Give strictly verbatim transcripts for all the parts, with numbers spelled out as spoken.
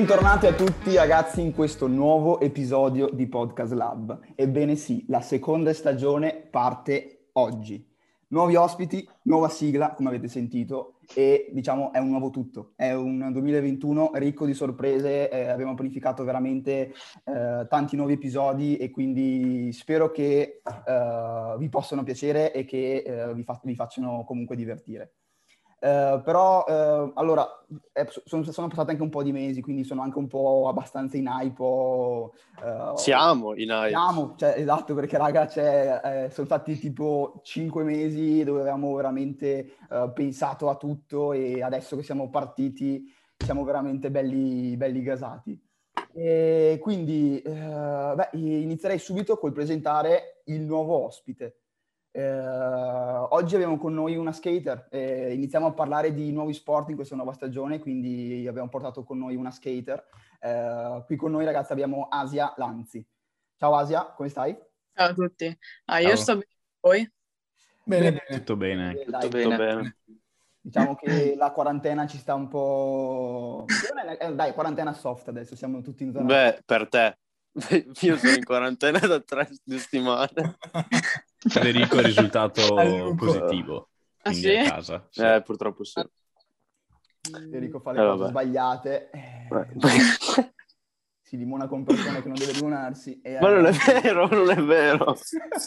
Bentornati a tutti ragazzi in questo nuovo episodio di Podcast Lab. Ebbene sì, la seconda stagione parte oggi. Nuovi ospiti, nuova sigla, come avete sentito, e diciamo è un nuovo tutto. È un duemilaventuno ricco di sorprese, eh, abbiamo pianificato veramente eh, tanti nuovi episodi e quindi spero che eh, vi possano piacere e che eh, vi, fa- vi facciano comunque divertire. Uh, però uh, allora è, sono, sono passati anche un po' di mesi, quindi sono anche un po' abbastanza in hype. Uh, siamo in hype. Siamo, cioè, esatto, perché raga, cioè, eh, sono stati tipo cinque mesi dove avevamo veramente uh, pensato a tutto e adesso che siamo partiti siamo veramente belli, belli gasati. E quindi uh, beh, inizierei subito col presentare il nuovo ospite. Uh, oggi abbiamo con noi una skater, eh, iniziamo a parlare di nuovi sport in questa nuova stagione, quindi abbiamo portato con noi una skater. Uh, qui con noi ragazzi abbiamo Asia Lanzi. Ciao Asia, come stai? Ciao a tutti. Ah, io Ciao. sto bene, voi? Bene, Bene, tutto bene. bene, Tutto dai. bene. bene. Diciamo che la quarantena ci sta un po'... Eh, dai, quarantena soft adesso, siamo tutti in zona... Beh, per te. Io sono in quarantena da tre settimane. Federico è risultato Al lupo. positivo, Ah, quindi sì? a casa. Sì. Eh, purtroppo sì. Federico fa le Eh, cose vabbè. sbagliate, eh, Eh. si limona con persone che non deve limonarsi. E Ma non è allora- vero, non è vero.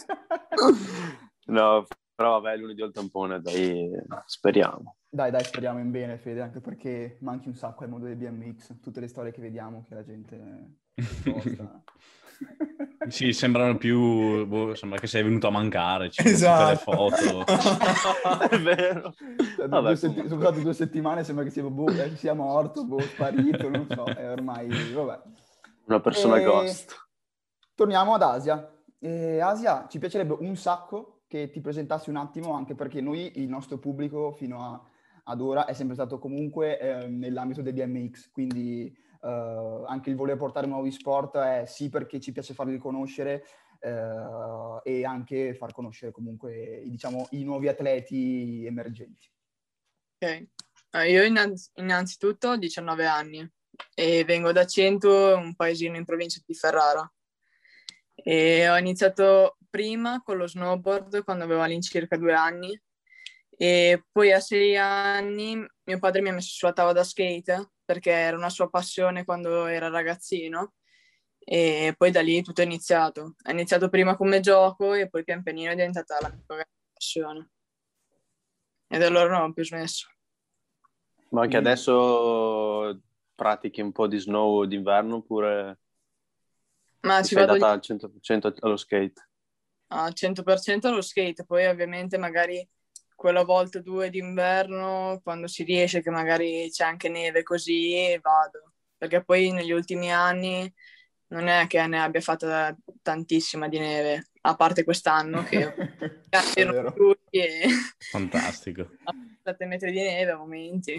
No, però vabbè, lunedì al tampone, dai, speriamo. Dai, dai, speriamo in bene, Fede, anche perché manchi un sacco al mondo del B M X, tutte le storie che vediamo, che la gente posta. Sì, sembrano più... boh, sembra che sei venuto a mancare, ci sono Esatto. tutte le foto. È vero. Cioè, Vabbè, due setti- comunque. sono state due settimane, sembra che sia, boh, eh, sia morto, boh, sparito, non so, è ormai, vabbè. Una persona E- ghost. Torniamo ad Asia. E Asia, ci piacerebbe un sacco che ti presentassi un attimo, anche perché noi, il nostro pubblico, fino a, ad ora, è sempre stato comunque eh, nell'ambito del B M X, quindi eh, anche il voler portare nuovi sport è sì perché ci piace farli conoscere eh, e anche far conoscere comunque, diciamo, i nuovi atleti emergenti. Ok. Ah, io innanz- innanzitutto ho diciannove anni e vengo da Cento, un paesino in provincia di Ferrara. E ho iniziato prima con lo snowboard quando avevo all'incirca due anni e poi a sei anni mio padre mi ha messo sulla tavola da skate perché era una sua passione quando era ragazzino e poi da lì tutto è iniziato. È iniziato prima come gioco e poi pian pianino è diventata la mia passione. E da allora non ho più smesso. Ma anche Mm. adesso pratichi un po' di snow d'inverno oppure Ma ti ci sei vado data al cento per cento allo skate? al cento per cento allo skate, poi ovviamente magari quella volta o due d'inverno, quando si riesce, che magari c'è anche neve così, vado. Perché poi negli ultimi anni non è che ne abbia fatta tantissima di neve, a parte quest'anno che È erano vero. tutti e Fantastico. sette metri di neve a momenti.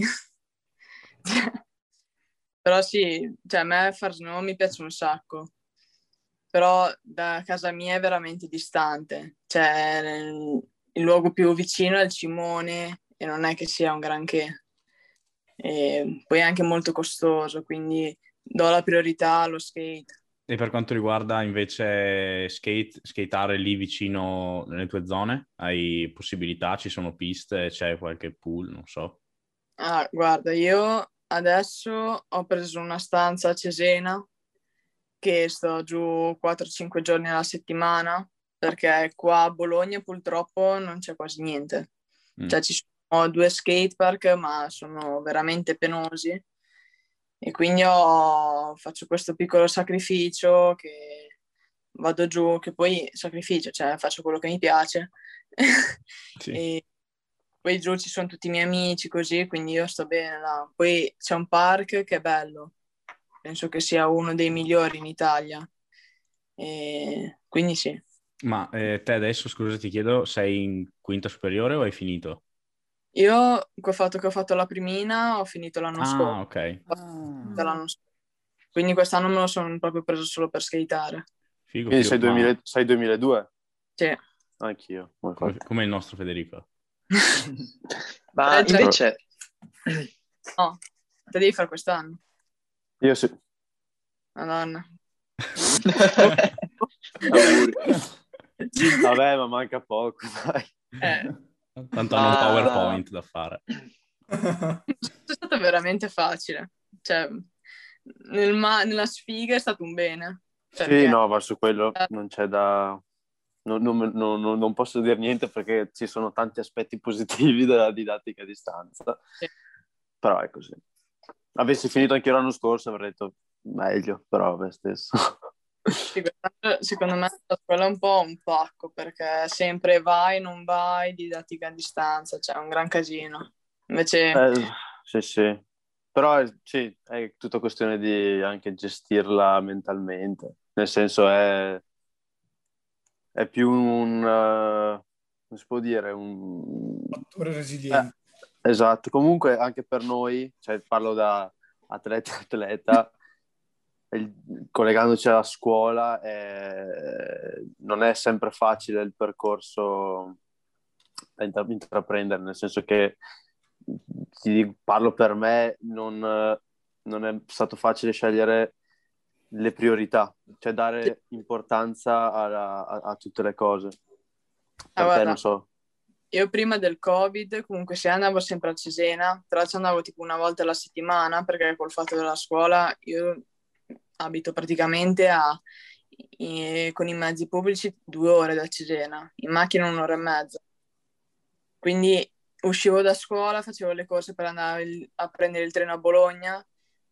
Però sì, cioè a me far snow mi piace un sacco. Però da casa mia è veramente distante, cioè nel- il luogo più vicino è il Cimone e non è che sia un granché. E poi è anche molto costoso, quindi do la priorità allo skate. E per quanto riguarda invece skate, skateare lì vicino nelle tue zone, hai possibilità, ci sono piste, c'è qualche pool, non so. Ah, guarda, io adesso ho preso una stanza a Cesena che sto giù quattro cinque giorni alla settimana perché qua a Bologna purtroppo non c'è quasi niente. Mm. Cioè ci sono due skatepark ma sono veramente penosi e quindi ho, faccio questo piccolo sacrificio che vado giù, che poi sacrificio, cioè faccio quello che mi piace Sì. e poi giù ci sono tutti i miei amici così, quindi io sto bene là. Poi c'è un park che è bello, penso che sia uno dei migliori in Italia. E quindi sì. Ma eh, te adesso, scusa, ti chiedo, sei in quinta superiore o hai finito? Io col fatto che ho fatto la primina ho finito l'anno Ah, scorso. ok. Ah. L'anno scorso. Quindi quest'anno me lo sono proprio preso solo per skateare. Figo, Quindi figo. sei, Ma duemila, sei duemiladue? Sì. Anch'io. come come, infatti. come il nostro Federico. Ma Eh, cioè- invece, No, te devi fare quest'anno. Io sì. Madonna. Vabbè, ma manca poco, dai. Eh. Tanto hanno un Ma- PowerPoint da fare. È stato veramente facile. Cioè, nel ma- nella sfiga è stato un bene. Perché Sì, no, ma su quello non c'è da... Non, non- non- non- non posso dire niente perché ci sono tanti aspetti positivi della didattica a distanza. Sì. Però è così. Avessi finito anche l'anno scorso avrei detto meglio, però vabbè stesso. sì, quest'anno, secondo me la scuola è un po' un pacco, perché sempre vai, non vai, didattica a distanza, cioè è un gran casino. Invece Eh, sì, sì. Però è, sì, è tutta questione di anche gestirla mentalmente. Nel senso è, è più un... eh, come si può dire? Un... Fattore resiliente. Eh, esatto. Comunque anche per noi, cioè parlo da atleta a atleta, il- collegandoci alla scuola, eh, non è sempre facile il percorso da intra- intraprendere, nel senso che ti dico, parlo per me, non, non è stato facile scegliere le priorità, cioè dare importanza alla- a, a tutte le cose. Ah, Per te guarda, non so. io prima del Covid comunque sì, andavo sempre a Cesena, però ci andavo tipo una volta alla settimana, perché col fatto della scuola io abito praticamente a, i- con i mezzi pubblici due ore da Cesena, in macchina un'ora e mezza. Quindi uscivo da scuola, facevo le corse per andare il- a prendere il treno a Bologna,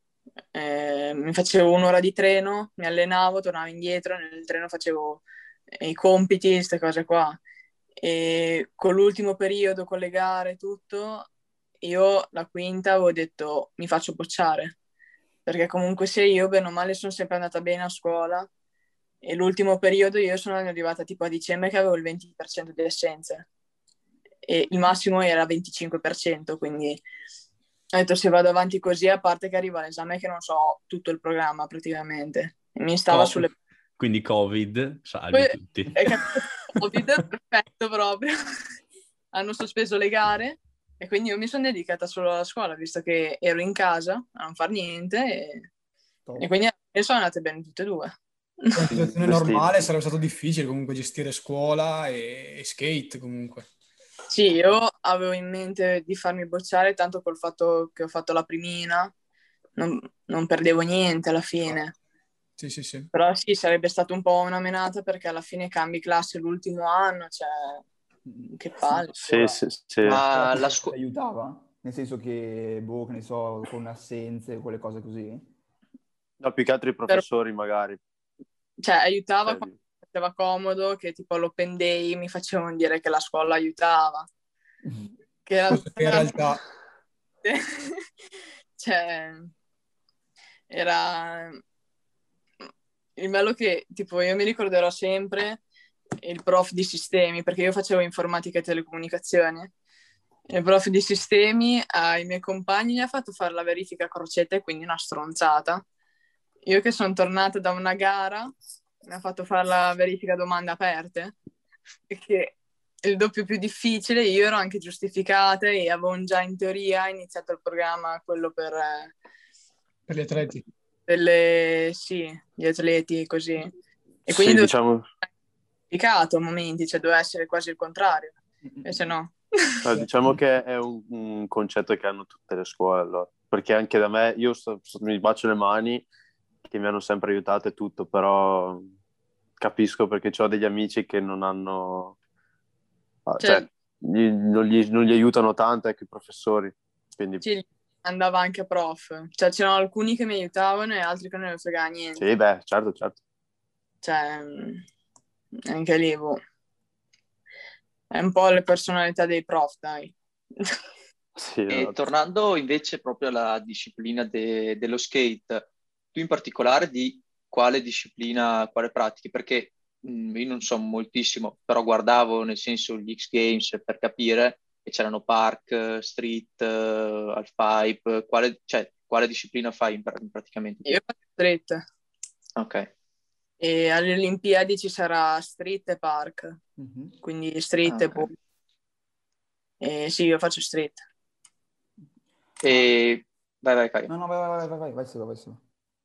eh, mi facevo un'ora di treno, mi allenavo, tornavo indietro, nel treno facevo eh, i compiti, queste cose qua. E con l'ultimo periodo, con le gare e tutto, io la quinta avevo detto mi faccio bocciare, perché comunque se io bene o male sono sempre andata bene a scuola e l'ultimo periodo io sono arrivata tipo a dicembre che avevo il venti per cento di assenze e il massimo era venticinque per cento, quindi ho detto se vado avanti così, a parte che arriva l'esame che non so tutto il programma praticamente, e mi stava Co- sulle... Quindi Covid, salvi Poi tutti. è capitato Covid, perfetto proprio, hanno sospeso le gare e quindi io mi sono dedicata solo alla scuola, visto che ero in casa a non far niente e, Top. e quindi e sono andate bene tutte e due. In una situazione Vestiti. normale sarebbe stato difficile comunque gestire scuola e, e skate comunque. Sì, io avevo in mente di farmi bocciare, tanto col fatto che ho fatto la primina, non, non perdevo niente alla fine. Sì, sì, sì. Però sì, sarebbe stato un po' una menata perché alla fine cambi classe l'ultimo anno, cioè che palle. Sì, sì, sì. Ah, La la scuola scu- ti aiutava? Nel senso che, boh, che ne so, con assenze, quelle cose così? No, più che altri i Però, professori magari. cioè, aiutava Cioè, quando faceva comodo, che tipo all'open day mi facevano dire che la scuola aiutava. Che in Forse che in realtà... realtà cioè, era il bello che tipo io mi ricorderò sempre il prof di sistemi, perché io facevo informatica e telecomunicazioni. Il prof di sistemi ai miei compagni gli ha fatto fare la verifica a crocetta e quindi una stronzata. Io che sono tornata da una gara mi ha fatto fare la verifica a domande aperte, che il doppio più difficile, io ero anche giustificata e avevo già in teoria iniziato il programma, quello per, eh, per gli atleti. delle, sì, gli atleti così. E quindi sì, dovevo diciamo, essere giustificato a momenti, cioè doveva essere quasi il contrario. Invece no. no, diciamo che è un, un concetto che hanno tutte le scuole, allora. Perché anche da me, io sto- sto- mi bacio le mani, che mi hanno sempre aiutato e tutto, però capisco perché ho degli amici che non hanno... ah, Cioè, cioè, gli- non, gli, non gli aiutano tanto, ecco, i professori. Quindi, sì, andava anche a prof. Cioè, c'erano alcuni che mi aiutavano e altri che non ne fregava niente. sì, beh, certo, certo. Cioè, anche lì, boh. È un po' le personalità dei prof, dai. Sì, E esatto. tornando invece proprio alla disciplina de- dello skate, tu in particolare di quale disciplina, quale pratichi? Perché mh, io non so moltissimo, però guardavo nel senso gli X Games per capire che c'erano park, eh, street, eh, halfpipe, quale, cioè, quale disciplina fai in pra- praticamente tu? Io faccio street Ok. e alle Olimpiadi ci sarà street e park, Mhm. quindi street Ah, e ok. boh. E sì, io faccio street. E vai, vai, Caio. No, no, vai, vai, vai, vai, vai, vai solo, vai solo.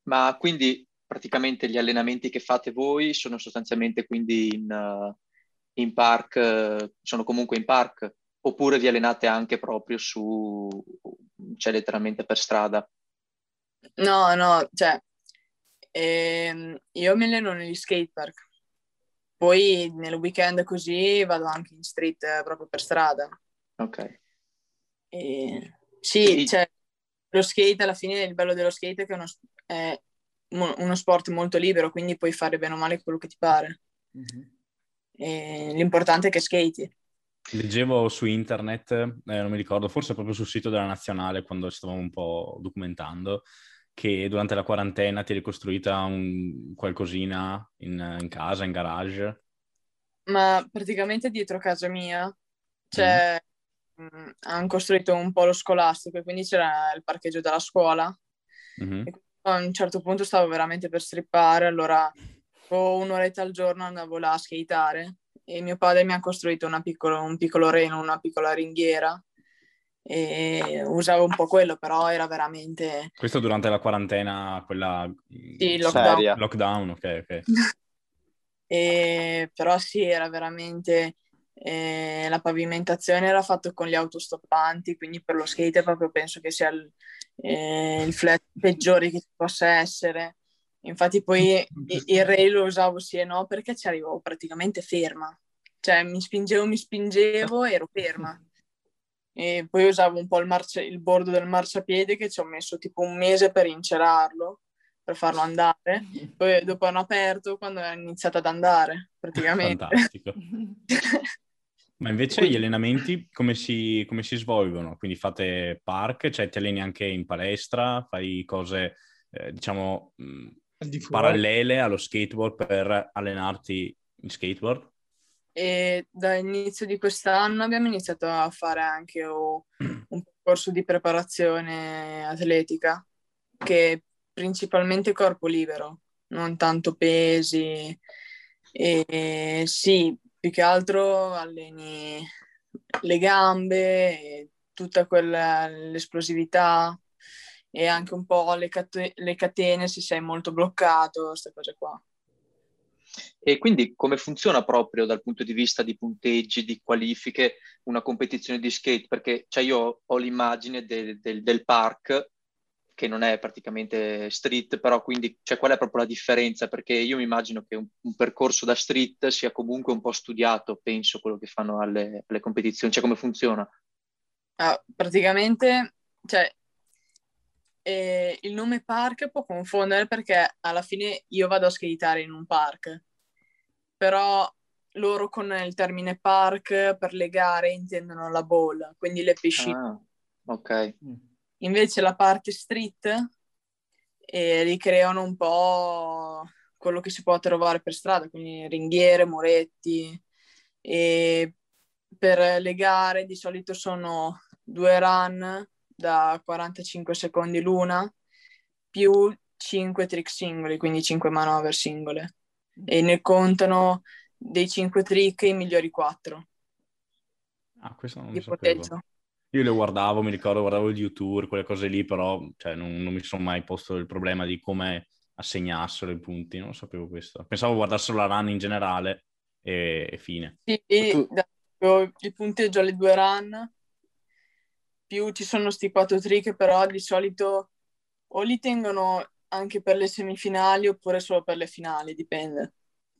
Ma quindi praticamente gli allenamenti che fate voi sono sostanzialmente quindi in, uh, in park, uh, sono comunque in park, oppure vi allenate anche proprio su, cioè letteralmente per strada? No, no, cioè, ehm, io mi alleno negli skatepark, poi nel weekend così vado anche in street eh, proprio per strada. Ok. E, sì, E- cioè, lo skate alla fine, il bello dello skate è che è uno, è mo- uno sport molto libero, quindi puoi fare bene o male quello che ti pare. Mhm. E l'importante è che skati. Leggevo su internet, eh, non mi ricordo, forse proprio sul sito della Nazionale, quando stavamo un po' documentando, che durante la quarantena ti eri costruita un qualcosina in, in casa, in garage. Ma praticamente dietro casa mia Mm. c'è, mh, hanno costruito un polo scolastico e quindi c'era il parcheggio della scuola. Mhm. E a un certo punto stavo veramente per strippare, allora o un'oretta al giorno andavo là a skateare e mio padre mi ha costruito una piccolo, un piccolo reno, una piccola ringhiera e usavo un po' quello, però era veramente Questo durante la quarantena, quella sì, mm, il sì, lockdown. Seria. lockdown, ok, ok. E, però sì, era veramente eh, la pavimentazione era fatta con gli autostoppanti, quindi per lo skate proprio penso che sia il, eh, il flat peggiore che ci possa essere. Infatti poi i- il rail lo usavo sì e no perché ci arrivavo praticamente ferma, cioè mi spingevo, mi spingevo e ero ferma. E poi usavo un po' il, marcia- il bordo del marciapiede che ci ho messo tipo un mese per incerarlo, per farlo andare. Poi dopo hanno aperto quando è iniziato ad andare, praticamente. Fantastico. Ma invece gli Quindi, allenamenti come si, come si svolgono? Quindi fate park, cioè ti alleni anche in palestra, fai cose, eh, diciamo, mh, Al di fuori. parallele allo skateboard per allenarti in skateboard? E dall'inizio di quest'anno abbiamo iniziato a fare anche oh, un percorso di preparazione atletica, che è principalmente corpo libero, non tanto pesi. E sì, più che altro alleni le gambe, e tutta quella, l'esplosività e anche un po' le, cate- le catene se sei molto bloccato, queste cose qua. e quindi come funziona proprio dal punto di vista di punteggi, di qualifiche, una competizione di skate? Perché cioè, io ho l'immagine del, del- del park, che non è praticamente street, però quindi cioè, qual è proprio la differenza? Perché io mi immagino che un, un percorso da street sia comunque un po' studiato, penso, quello che fanno alle, alle competizioni, cioè come funziona? Ah, praticamente, cioè, eh, il nome park può confondere perché alla fine io vado a skateare in un park, però loro con il termine park per le gare intendono la bowl, quindi le piscine. Ah, ok. Invece la parte street eh, ricreano un po' quello che si può trovare per strada, quindi ringhiere, muretti. E per le gare di solito sono due run da quarantacinque secondi l'una più cinque trick singoli, quindi cinque manovre singole. E ne contano dei cinque trick i migliori quattro Ah, questo non lo di sapevo. punteggio. Io le guardavo, mi ricordo, guardavo il YouTube, quelle cose lì, però cioè, non, non mi sono mai posto il problema di come assegnassero i punti, non lo sapevo questo. Pensavo guardassero la run in generale e, e fine. Sì, Tu, da- il punteggio alle due run, più ci sono sti quattro trick, però di solito o li tengono anche per le semifinali oppure solo per le finali, dipende.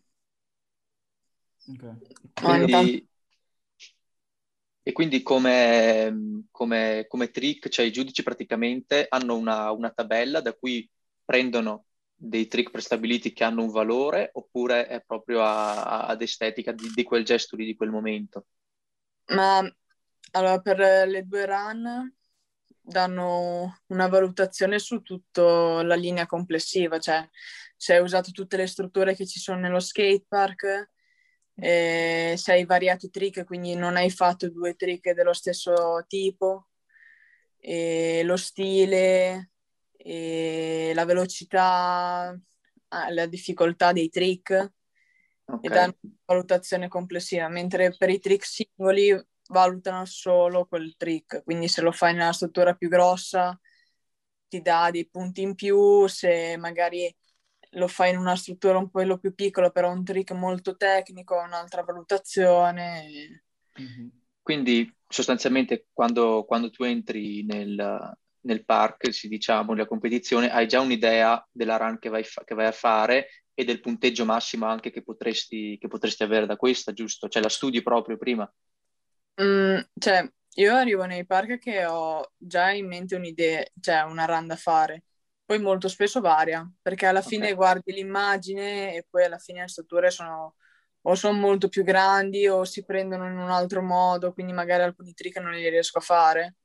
Ok. Ogni tanto quindi, e quindi come, come- come trick, cioè i giudici praticamente hanno una, una tabella da cui prendono dei trick prestabiliti che hanno un valore oppure è proprio a- a- ad estetica di, di quel gesto lì, di quel momento? Ma allora per le due run danno una valutazione su tutta la linea complessiva, cioè se hai usato tutte le strutture che ci sono nello skatepark, eh, se hai variato i trick, quindi non hai fatto due trick dello stesso tipo, e lo stile, e la velocità, ah, la difficoltà dei trick e Ok. danno una valutazione complessiva, mentre per i trick singoli valutano solo quel trick, quindi se lo fai nella struttura più grossa ti dà dei punti in più, se magari lo fai in una struttura un po' più piccola, però un trick molto tecnico, un'altra valutazione. Mhm. Quindi sostanzialmente quando, quando tu entri nel, nel park, si diciamo, nella competizione, hai già un'idea della run che vai, fa- che vai a fare e del punteggio massimo anche che potresti, che potresti avere da questa, giusto? Cioè la studi proprio prima. Mm, cioè, io arrivo nei park che ho già in mente un'idea, cioè una run da fare. Poi molto spesso varia, perché alla fine Ok. guardi l'immagine e poi alla fine le strutture sono o sono molto più grandi o si prendono in un altro modo, quindi magari alcuni trick non li riesco a fare.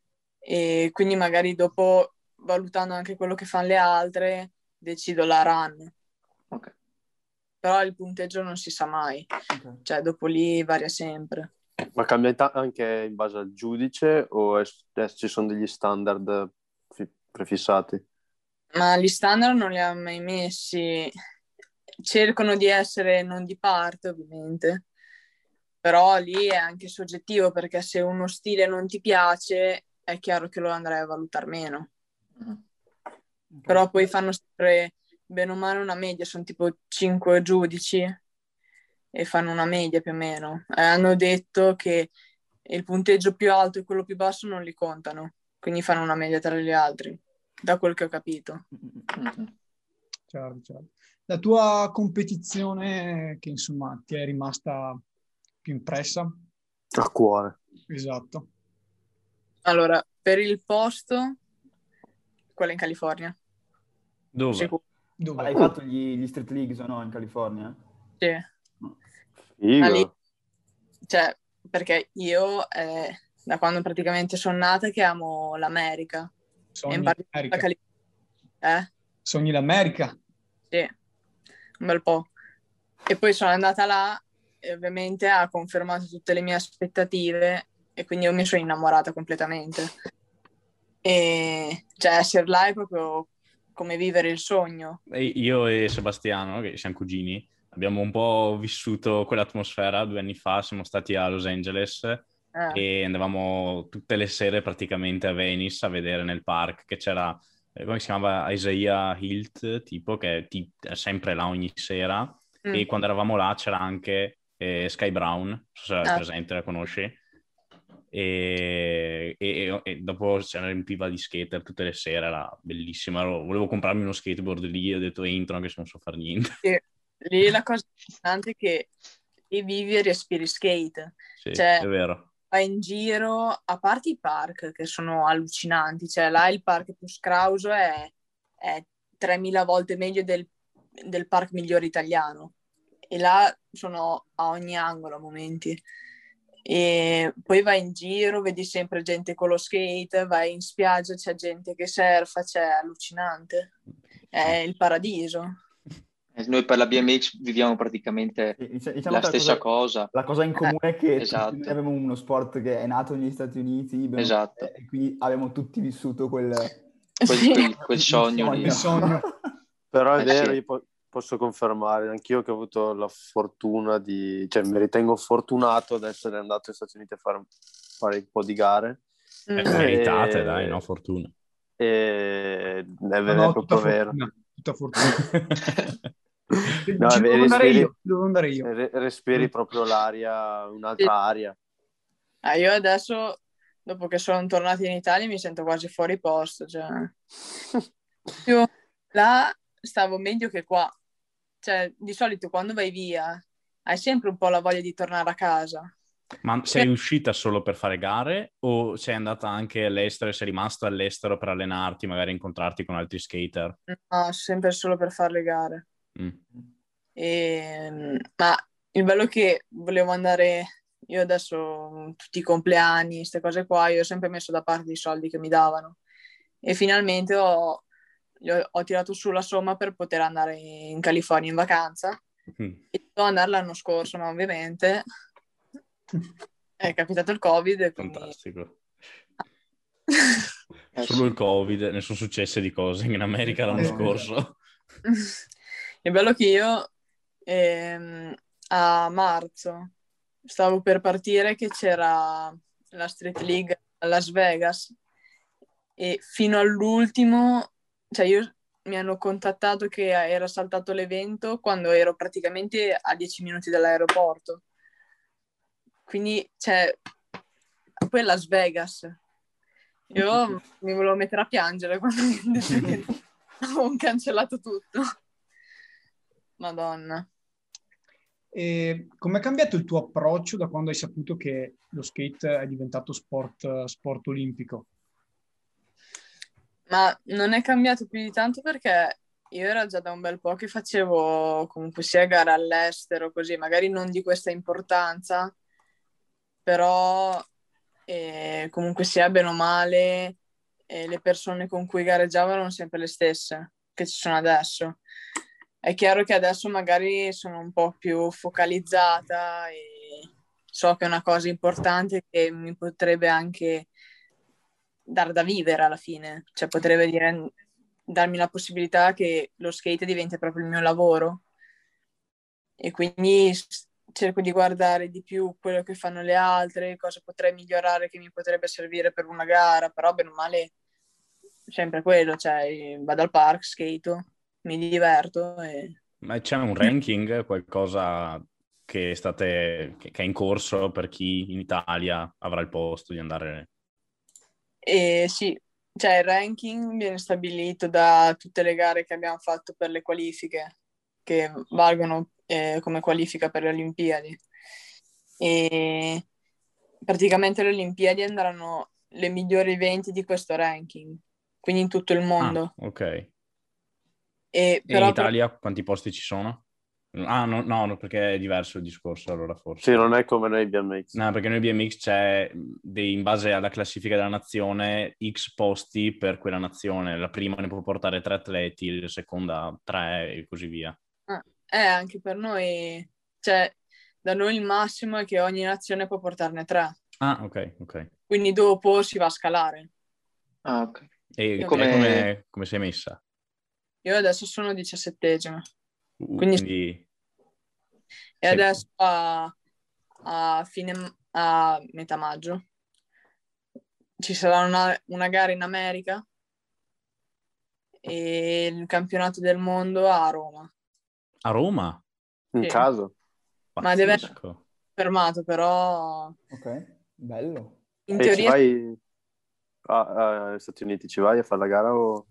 E quindi magari dopo, valutando anche quello che fanno le altre, decido la run. Ok. Però il punteggio non si sa mai, Ok. cioè dopo lì varia sempre. Ma cambia ta- anche in base al giudice o è- è- ci sono degli standard fi- prefissati? Ma gli standard non li ha mai messi. Cercano di essere non di parte, ovviamente, però lì è anche soggettivo, perché se uno stile non ti piace, è chiaro che lo andrai a valutare meno. Mhm. Ok. Però poi fanno sempre, bene o male, una media, sono tipo cinque giudici e fanno una media più o meno. E hanno detto che il punteggio più alto e quello più basso non li contano, quindi fanno una media tra gli altri, da quel che ho capito. Mhm. Certo, certo. La tua competizione che insomma ti è rimasta più impressa? A cuore. Esatto. Allora, per il posto, quella in California, Dove? sicuro. Ma Dove? hai fatto gli, gli Street Leagues o no in California? Sì. No. Ma lì, Figo. cioè, perché io è da quando praticamente sono nata che amo l'America, e in Sogni particolare la l'America. California. Eh? Sogni l'America. Sì, un bel po'. E poi sono andata là e ovviamente ha confermato tutte le mie aspettative e quindi io mi sono innamorata completamente. E cioè essere là è proprio come vivere il sogno. E io e Sebastiano, che siamo cugini, abbiamo un po' vissuto quell'atmosfera due anni fa, siamo stati a Los Angeles Eh, e andavamo tutte le sere praticamente a Venice a vedere nel park che c'era, eh, come si chiamava, Isaiah Hilt, tipo, che è, ti- è sempre là ogni sera. E mm, quando eravamo là c'era anche eh, Sky Brown, non so se è eh, presente, la conosci? E, e- e dopo se ne riempiva di skater tutte le sere, era bellissimo. Ero- volevo comprarmi uno skateboard lì, ho detto entro anche se non so fare niente. sì. Lì la cosa importante è che lì vivi e respiri skate. Sì, Cioè, è vero. vai in giro, a parte i park che sono allucinanti, cioè là il park più scrauso è, è tremila volte meglio del, del park migliore italiano. E là sono a ogni angolo a momenti. E poi vai in giro, vedi sempre gente con lo skate, vai in spiaggia, c'è gente che surfa, c'è allucinante. È il paradiso. E noi per la B M X viviamo praticamente Sì, dic- Diciamo la che la stessa cosa, cosa. la cosa in Eh, comune è che tutti noi Esatto, abbiamo uno sport che è nato negli Stati Uniti, bene o esatto. male, e qui abbiamo tutti vissuto quel, Quel, sì. quel- quel il sogno Il lì. sogno. sogno. Però è Eh vero, sì. io po- posso confermare, anch'io che ho avuto la fortuna di, cioè mi ritengo fortunato ad essere andato negli Stati Uniti a fare, fare un po' di gare. Eh, Mm. meritate, dai, E, no? Fortuna. e- è, No, è no, tutta proprio vero. fortuna. Tutta fortuna. No, Ci e devo andare respiri, io. ci Devo andare io. re- respiri proprio l'aria, Sì. un'altra aria. Ah, io adesso, dopo che sono tornata in Italia, mi sento quasi fuori posto. Cioè. Io là stavo meglio che qua. Cioè, di solito quando vai via hai sempre un po' la voglia di tornare a casa. Ma sei uscita solo per fare gare o sei andata anche all'estero e sei rimasta all'estero per allenarti, magari incontrarti con altri skater? No, sempre solo per fare le gare. Mm. E, ma il bello è che volevo andare, io adesso tutti i compleanni, queste cose qua, io ho sempre messo da parte i soldi che mi davano e finalmente ho, gli ho, ho tirato su la somma per poter andare in California in vacanza Mm. e dovevo andare l'anno scorso, ma ovviamente è capitato il Covid e quindi... Fantastico. Eh Solo il sì. Covid, ne sono successe di cose in America l'anno Madonna. scorso. È bello che io ehm, a marzo stavo per partire che c'era la Street League a Las Vegas e fino all'ultimo, cioè io mi hanno contattato che era saltato l'evento quando ero praticamente a dieci minuti dall'aeroporto. Quindi, cioè, poi Las Vegas. Io mi volevo mettere a piangere quando mi hanno detto che avevo cancellato tutto. Madonna. E com'è cambiato il tuo approccio da quando hai saputo che lo skate è diventato sport, sport olimpico? Ma non è cambiato più di tanto perché io era già da un bel po' che facevo comunque sia gare all'estero, così, magari non di questa importanza, però eh, comunque sia bene o male eh, le persone con cui gareggiavo erano sempre le stesse che ci sono adesso. È chiaro che adesso magari sono un po' più focalizzata e so che è una cosa importante che mi potrebbe anche dar da vivere alla fine, cioè potrebbe dire, darmi la possibilità che lo skate diventi proprio il mio lavoro e quindi cerco di guardare di più quello che fanno le altre, cosa potrei migliorare che mi potrebbe servire per una gara, però bene o male sempre quello, cioè vado al park, skato, mi diverto. E... Ma c'è un ranking, qualcosa che, state, che è in corso per chi in Italia avrà il posto di andare? E sì, cioè il ranking viene stabilito da tutte le gare che abbiamo fatto per le qualifiche, che valgono eh, come qualifica per le Olimpiadi. E praticamente le Olimpiadi andranno le migliori venti di questo ranking, quindi in tutto il mondo. Ah, ok. E, E però in Italia quanti posti ci sono? Ah, no, no, no, perché è diverso il discorso, allora forse. Sì, non è come noi B M X. No, perché noi B M X c'è, dei, in base alla classifica della nazione, X posti per quella nazione. La prima ne può portare tre atleti, la seconda tre e così via. Ah, eh, anche per noi, cioè, da noi il massimo è che ogni nazione può portarne tre. Ah, ok, ok. Quindi dopo si va a scalare. Ah, ok. E, E e come- come, come sei messa? Io adesso sono diciassettesima. Uh, Quindi- quindi... E Sì. adesso a, a fine a metà maggio ci sarà una, una gara in America e il campionato del mondo a Roma. A Roma? In Sì. caso? Ma deve essere Pazzesco. fermato, però Ok, bello. in E ci teoria vai a- agli Stati Uniti, ci vai a fare la gara o...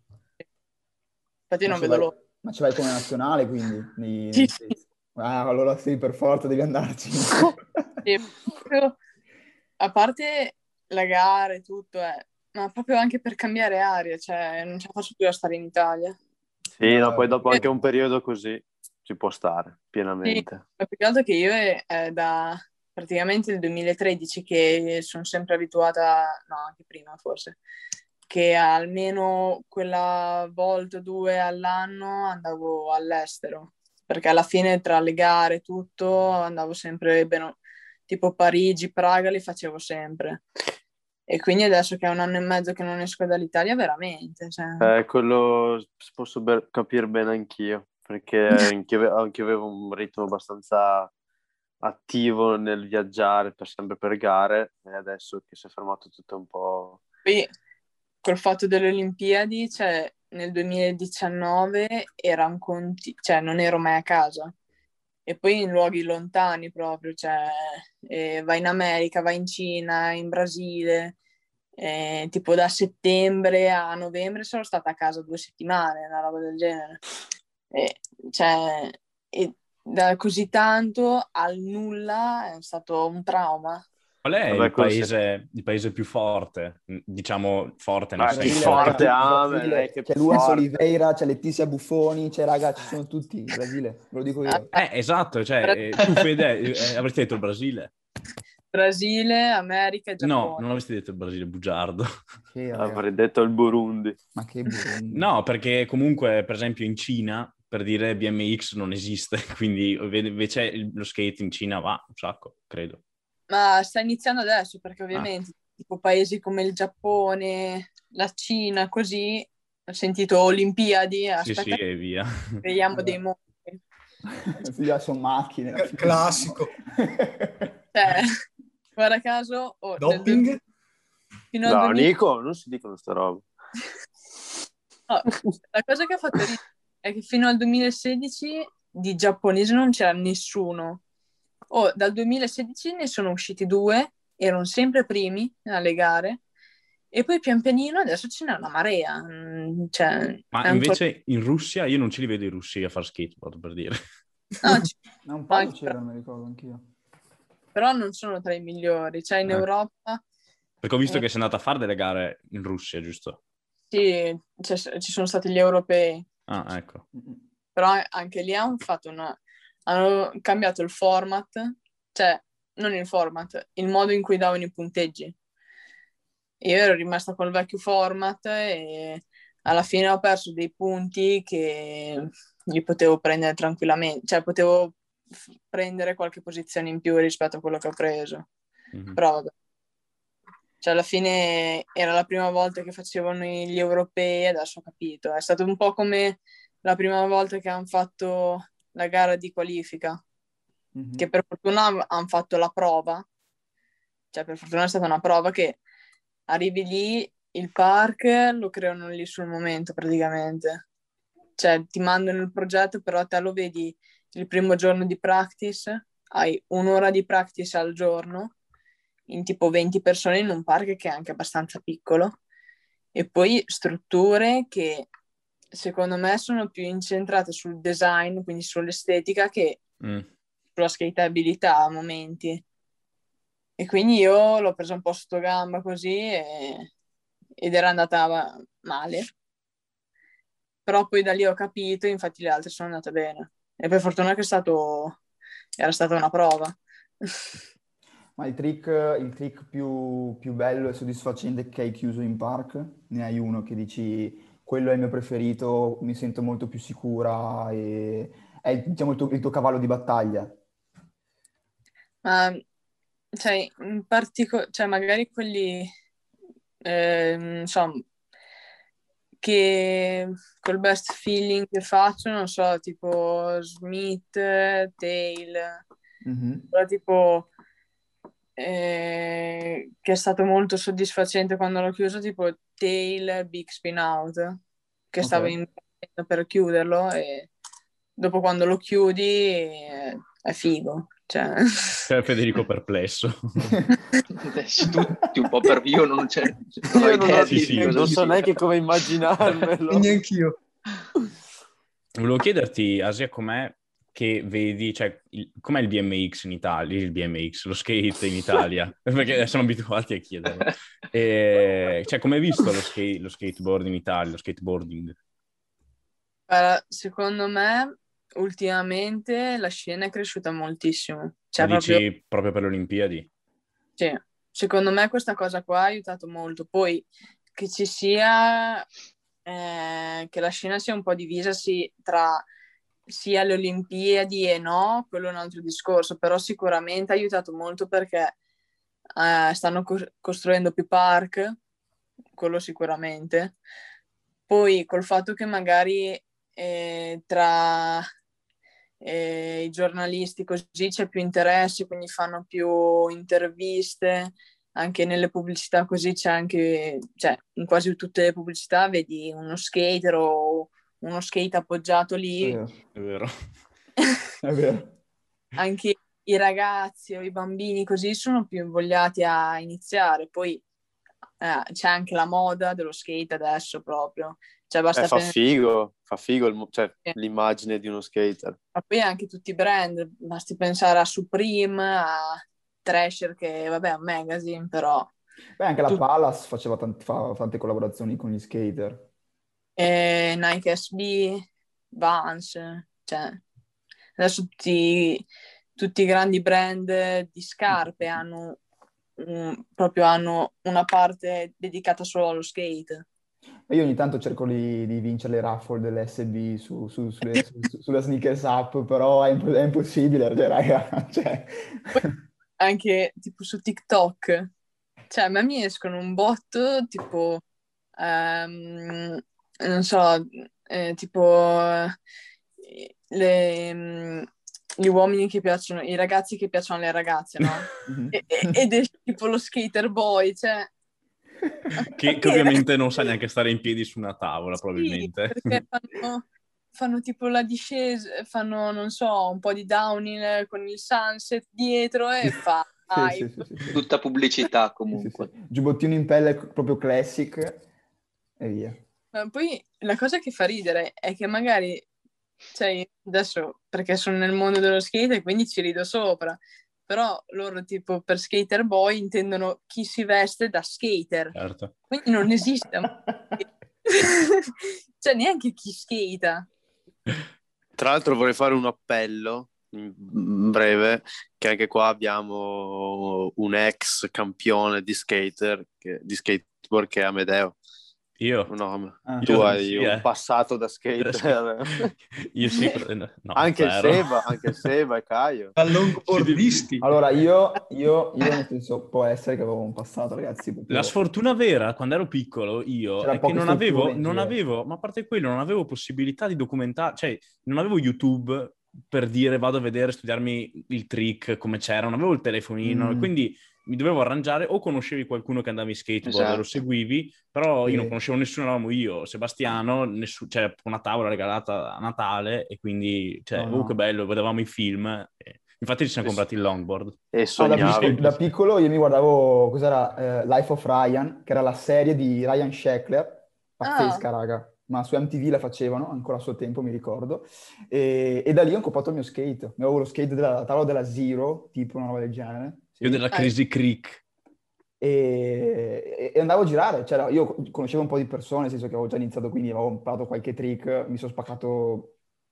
infatti Ma non ci vedo vai- l'ora. Ma ci vai come nazionale, quindi? Nei- Sì, nei sì. States? Ah, allora sì, per forza devi andarci. Sì, proprio- a parte la gara e tutto, eh, ma proprio anche per cambiare aria, cioè non ce la faccio più a stare in Italia. Sì, no, No, poi dopo anche un periodo così ci può stare Sì, pienamente. ma più che altro che io è, è da praticamente il duemilatredici che sono sempre abituata, no, anche prima forse, che almeno quella volta o due all'anno andavo all'estero, perché alla fine tra le gare e tutto andavo sempre, bene, tipo Parigi, Praga li facevo sempre. E quindi adesso che è un anno e mezzo che non esco dall'Italia, veramente, cioè... Eh, quello posso be- capire bene anch'io, perché anch'io, ave- anch'io avevo un ritmo abbastanza attivo nel viaggiare per sempre per gare e adesso che si è fermato tutto un po'... Poi col fatto delle Olimpiadi, cioè nel duemiladiciannove era un conti- cioè non ero mai a casa. E poi in luoghi lontani proprio, cioè eh, vai in America, vai in Cina, in Brasile, eh, tipo da settembre a novembre sono stata a casa due settimane, una roba del genere. E, cioè, e da così tanto al nulla è stato un trauma. Qual è Vabbè, il quello sì. paese, il paese più forte? Diciamo forte nel Ma Brasile, chi senso... raga, forte il ama, Brasile, non è che c'è più Luis forte. Oliveira, c'è Letizia Buffoni, c'è raga, ci sono tutti in Brasile, ve lo dico io. Eh, esatto, cioè, eh, tu Fede, eh, avresti detto il Brasile? Brasile, America e No, Giappone. non avresti detto il Brasile, bugiardo. Che, raga, Avrei detto il Burundi. ma che Burundi. No, perché comunque, per esempio, in Cina, per dire B M X non esiste, quindi invece il- lo skate in Cina va un sacco, credo. Ma sta iniziando adesso perché ovviamente tipo paesi come il Giappone, la Cina, così, ho sentito Olimpiadi, Sì, aspetta sì, che e via. vediamo Vabbè. dei mostri. Sì, già sono macchine. C- classico. Cioè, guarda caso, oh, nel Doping? du- fino al No, duemila Nico, non si dicono sta roba. No, la cosa che ha fatto ridere è che fino al duemilasedici di giapponese non c'era nessuno. Oh, dal duemilasedici ne sono usciti due, erano sempre primi alle gare, e poi pian pianino adesso ce n'è una marea. Mm, Cioè, Ma è un po'... invece in Russia io non ce li vedo i russi a fare skateboard, per dire. No, ci- Ma un paio anche- c'erano, mi ricordo anch'io. però non sono tra i migliori. Cioè, in Eh. Europa Perché ho visto Eh. che sei andata a fare delle gare in Russia, giusto? sì, c'è- ci sono stati gli europei. Ah, ecco. Mm-mm. Però anche lì hanno fatto una... hanno cambiato il format, cioè non il format, il modo in cui davano i punteggi. Io ero rimasta col vecchio format e alla fine ho perso dei punti che li potevo prendere tranquillamente, cioè potevo f- prendere qualche posizione in più rispetto a quello che ho preso. Mhm. Però vabbè. Cioè alla fine era la prima volta che facevano gli europei, adesso ho capito. È stato un po' come la prima volta che hanno fatto la gara di qualifica, Mhm. che per fortuna hanno fatto la prova, cioè per fortuna è stata una prova che arrivi lì, il park lo creano lì sul momento praticamente. Cioè ti mandano il progetto, però te lo vedi il primo giorno di practice, hai un'ora di practice al giorno, in tipo venti persone in un park che è anche abbastanza piccolo, e poi strutture che secondo me sono più incentrate sul design, quindi sull'estetica, che Mm. sulla skateabilità a momenti. E quindi io l'ho presa un po' sotto gamba così e- ed era andata male. Però poi da lì ho capito, infatti le altre sono andate bene. E per fortuna che è stato, era stata una prova. Ma il trick, il trick più, più bello e soddisfacente che hai chiuso in park? Ne hai uno che dici, quello è il mio preferito, mi sento molto più sicura e è diciamo, il tuo, il tuo cavallo di battaglia. Ma cioè, in particolare, cioè magari quelli, ehm, insomma, che col best feeling che faccio, non so, tipo Smith, Tail, Mhm. però tipo eh, che è stato molto soddisfacente quando l'ho chiuso, tipo Tail Big Spin Out, che Ok. stavo in per chiuderlo e dopo quando lo chiudi eh, è figo, cioè... C'è Federico perplesso. Adesso tutti un po' per io non, c'è, non ho Io non, idea ho- Sì, di, sì. di cosa non so sia. neanche come immaginarmelo. E neanch'io. Volevo chiederti, Asia, com'è che vedi, cioè, il- com'è il B M X in Italia, il B M X, lo skate in Italia? Perché sono abituati a chiederlo. E, cioè, come hai visto lo, skate, lo skateboard in Italia, lo skateboarding? Guarda, secondo me ultimamente la scena è cresciuta moltissimo. Ma Cioè, proprio, dici proprio per le Olimpiadi? sì, secondo me questa cosa qua ha aiutato molto. Poi che ci sia, eh, che la scena sia un po' divisa sì, tra sia le Olimpiadi e no, quello è un altro discorso, però sicuramente ha aiutato molto perché eh, stanno co- costruendo più park, quello sicuramente. Poi col fatto che magari eh, tra eh, i giornalisti così c'è più interesse, quindi fanno più interviste, anche nelle pubblicità così c'è anche, cioè in quasi tutte le pubblicità vedi uno skater o uno skate appoggiato È lì. vero, È vero. è vero. Anche i ragazzi o i bambini così sono più invogliati a iniziare. Poi eh, c'è anche la moda dello skate adesso proprio. Cioè Eh, basta fa pensare, figo, fa figo il mo- cioè, l'immagine di uno skater. ma poi anche tutti i brand, basti pensare a Supreme, a Thrasher che vabbè è un magazine, però Beh, anche la tu- Palace faceva tanti- fa tante collaborazioni con gli skater. eh, Nike S B, Vans, cioè adesso tutti, tutti i grandi brand di scarpe hanno un- proprio hanno una parte dedicata solo allo skate. E io ogni tanto cerco di, di vincere le raffle dell'S B su, su- sulle, su- sulla Sneakers Up, però è, imp- è impossibile, cioè, raga, cioè... Poi anche tipo su TikTok, cioè a me mi escono un botto tipo, ehm, non so, eh, tipo eh, le, mm, gli uomini che piacciono, i ragazzi che piacciono alle ragazze, no? Mhm. E- e- ed è tipo lo skater boy, cioè che, che ovviamente non sa neanche stare in piedi su una tavola, Sì, probabilmente. perché fanno, fanno tipo la discesa, fanno, non so, un po' di downhill con il sunset dietro e fa Sì, sì, hype. sì, sì, sì. Tutta pubblicità Sì, sì, comunque. sì. Giubbottino in pelle proprio classic e via. Ma poi la cosa che fa ridere è che magari, cioè, adesso perché sono nel mondo dello skate e quindi ci rido sopra, però loro tipo per skater boy intendono chi si veste da skater, Certo. quindi non esiste. Cioè neanche chi skata. Tra l'altro vorrei fare un appello in breve, che anche qua abbiamo un ex campione di skater, che, di skateboard, che è Amedeo. Io? No, Ah. tu Io hai sì, un eh. passato da skater. Io sì, no, Anche il zero. Seba, anche il Seba e Caio. Da longboardisti. Allora, io, io, io nel senso, può essere che avevo un passato, ragazzi, La proprio... sfortuna vera, quando ero piccolo, io, C'era è che poche non strutture avevo, in non giro. avevo, ma a parte quello, non avevo possibilità di documentare, cioè, non avevo YouTube per dire vado a vedere, studiarmi il trick come c'era, non avevo il telefonino, Mm. quindi mi dovevo arrangiare, o conoscevi qualcuno che andava in skateboard e lo Esatto. seguivi, però Sì. io non conoscevo nessuno, eravamo io, Sebastiano, nessu- cioè una tavola regalata a Natale, e quindi, cioè, No, oh no. che bello, vedevamo i film, e infatti ci siamo E- comprati il longboard. E No, da, sognavi. piccolo, da piccolo io mi guardavo, cos'era, eh, Life of Ryan, che era la serie di Ryan Sheckler, pazzesca, Ah, raga, ma su M T V la facevano, ancora a suo tempo mi ricordo, e, e da lì ho comprato il mio skate, mi avevo lo skate della tavola della Zero, tipo una roba del genere, Io della sì, ah, Crazy Creek. e, e andavo a girare, cioè, io conoscevo un po' di persone, nel senso che avevo già iniziato, quindi avevo imparato qualche trick, mi sono spaccato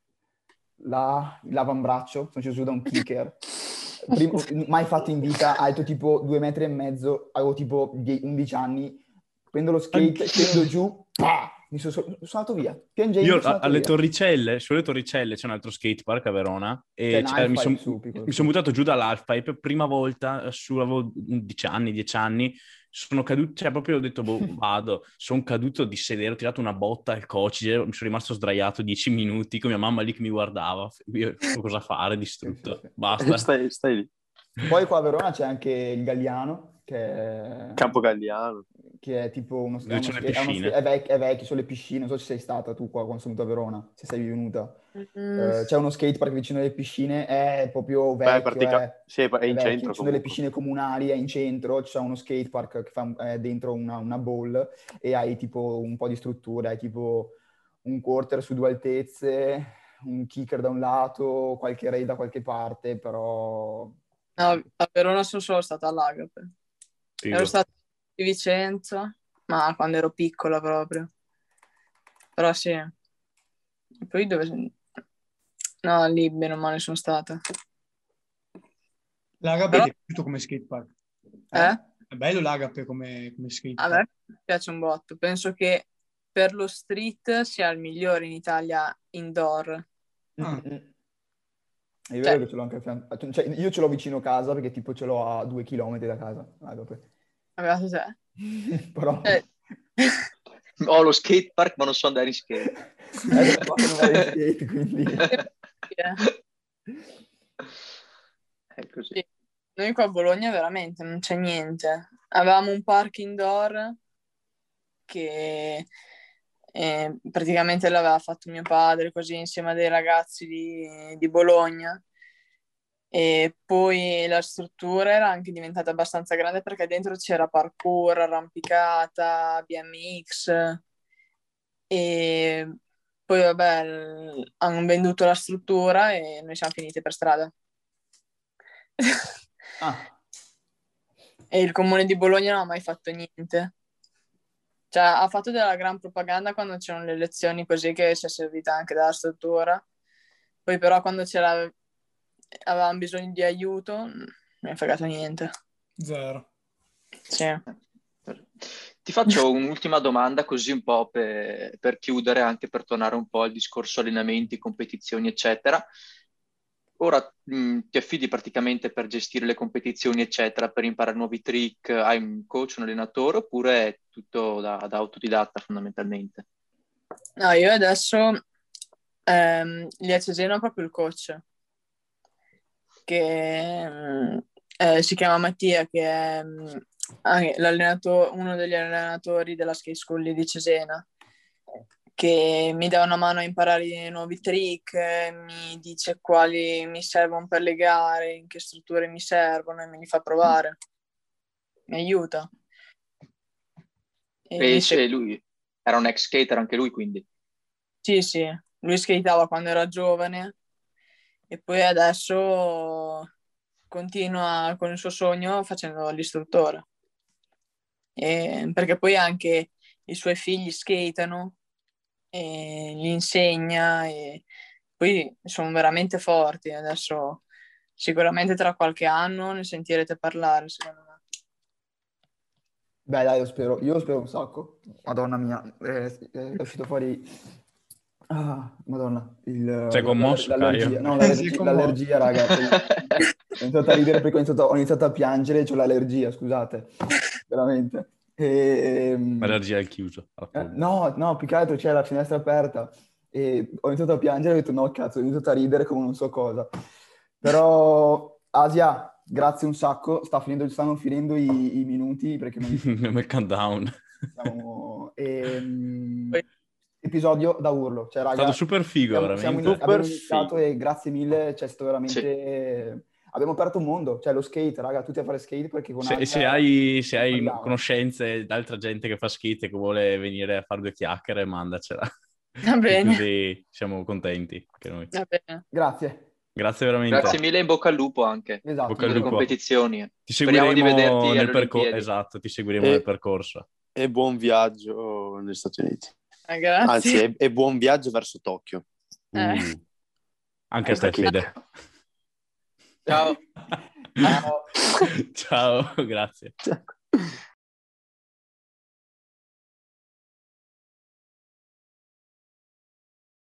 la- l'avambraccio, sono sceso giù da un kicker. Primo- mai fatto in vita, alto tipo due metri e mezzo, avevo tipo die- undici anni, prendo lo skate, Anch'io. scendo giù, pa! Mi sono, sono andato via, Io piangendo sono a- andato alle via. Torricelle, sulle Torricelle c'è un altro skate park a Verona, C'è e un c'è- mi halfpipe sono su, piccolo mi su. son buttato giù dall'halfpipe, prima volta, su, avevo undici anni, dieci anni, sono caduto, cioè proprio ho detto, boh, vado, sono caduto di sedere, ho tirato una botta al cocige, mi sono rimasto sdraiato dieci minuti con mia mamma lì che mi guardava, io cosa fare, Sì, sì, distrutto, sì. basta. Stai, stai lì. Poi qua a Verona c'è anche il Galliano, che è, Campo Galliano. che è tipo uno, è Dove uno, c'è le skate- è uno skate- piscine. è vec- è vecchio, sono le piscine, non so se sei stata tu qua quando sono venuta a Verona, se sei venuta. mm, Eh, c'è uno skatepark vicino alle piscine, è proprio Beh, vecchio, pratica... è, sì, è è in vecchio, centro ci sono delle comunque. piscine comunali, è in centro, c'è uno skatepark che fa è dentro una, una bowl e hai tipo un po' di struttura, hai tipo un quarter su due altezze, un kicker da un lato, qualche rail da qualche parte, però... no, a Verona sono solo stata all'Agape. Ero Figo. stata di Vicenza, ma quando ero piccola proprio. Però sì. E poi dove... No, lì bene o male sono stata. L'Agape Però, ti è piaciuto come skatepark? eh? È bello l'Agape come, come A skatepark. me piace un botto. Penso che per lo street sia il migliore in Italia indoor. Ah. Mm-mm. È vero Cioè, che ce l'ho anche a fianco, cioè, io ce l'ho vicino casa perché tipo ce l'ho a due chilometri da casa, Agape. avevate te. Però... Cioè... Ho lo skate park, ma non so andare in skate. Eh, da qua che non vado in skate, quindi... È così. Sì. Noi qua a Bologna veramente non c'è niente. Avevamo un park indoor che eh, praticamente l'aveva fatto mio padre così insieme a dei ragazzi di, di Bologna, e poi la struttura era anche diventata abbastanza grande perché dentro c'era parkour, arrampicata, B M X, e poi vabbè l- hanno venduto la struttura e noi siamo finiti per strada. Ah, E il comune di Bologna non ha mai fatto niente. Cioè, ha fatto della gran propaganda quando c'erano le elezioni, così che si è servita anche della struttura. Poi però quando c'era avevamo bisogno di aiuto, non mi è fregato niente. Zero. Sì. Ti faccio un'ultima domanda così un po' per, per chiudere, anche per tornare un po' al discorso allenamenti, competizioni, eccetera. Ora mh, ti affidi praticamente per gestire le competizioni, eccetera, per imparare nuovi trick, hai un coach, un allenatore, oppure è tutto da, da autodidatta fondamentalmente? No, io adesso ehm, lì a Cesena ho proprio il coach, che mm, eh, si chiama Mattia, che è, mm, anche l'allenato- uno degli allenatori della skate school lì di Cesena, che mi dà una mano a imparare i nuovi trick, eh, mi dice quali mi servono per le gare, in che strutture mi servono e me li fa provare. Mi aiuta. E E mi se lui era un ex skater anche lui, quindi. Sì, sì, lui skateava quando era giovane e poi adesso continua con il suo sogno facendo l'istruttore. E- perché poi anche i suoi figli skatano e gli insegna e poi sono veramente forti. Adesso sicuramente tra qualche anno ne sentirete parlare, secondo me. Beh, dai, io spero, io spero un sacco. Madonna mia, è, è uscito fuori. Ah, Madonna, il, Sei la- commosso, l'allergia. Caio? No, Sei l'allergia, commosso. l'allergia, raga. Cioè, ho iniziato a ridere perché ho iniziato, ho iniziato a piangere, ho l'allergia, scusate. Veramente. E, ehm, Allergia al chiuso. al eh, pollo. no, no, più che altro c'è la finestra aperta. E ho iniziato a piangere e ho detto no, cazzo, ho iniziato a ridere come non so cosa. Però, Asia, grazie un sacco. Sta finendo, stanno finendo i, i minuti perché non Nel countdown. siamo... ehm, Poi- episodio da urlo. Cioè, È stato raga, super figo, siamo, siamo veramente. ini- Super abbiamo iniziato figo. e grazie mille, c'è stato Sì. veramente... Abbiamo aperto un mondo, cioè lo skate, raga, tutti a fare skate perché con Se, se Asia hai, se ne hai parliamo. conoscenze d'altra gente che fa skate e che vuole venire a fare due chiacchiere, mandacela. Va Che bene, così siamo contenti anche noi. va bene. Grazie. Grazie veramente. Grazie mille e in bocca al lupo anche Esatto. Bocca al per le lupo. competizioni. Ti Speriamo di seguiremo vederti nel alle percorso. Olimpiadi. Esatto, ti seguiremo E- nel percorso. E buon viaggio negli Stati Uniti. Eh, grazie. Anzi, e, e buon viaggio verso Tokyo. Eh. Uh, Anche a te, Perché- Fede. Ciao. Ciao. Ciao, grazie.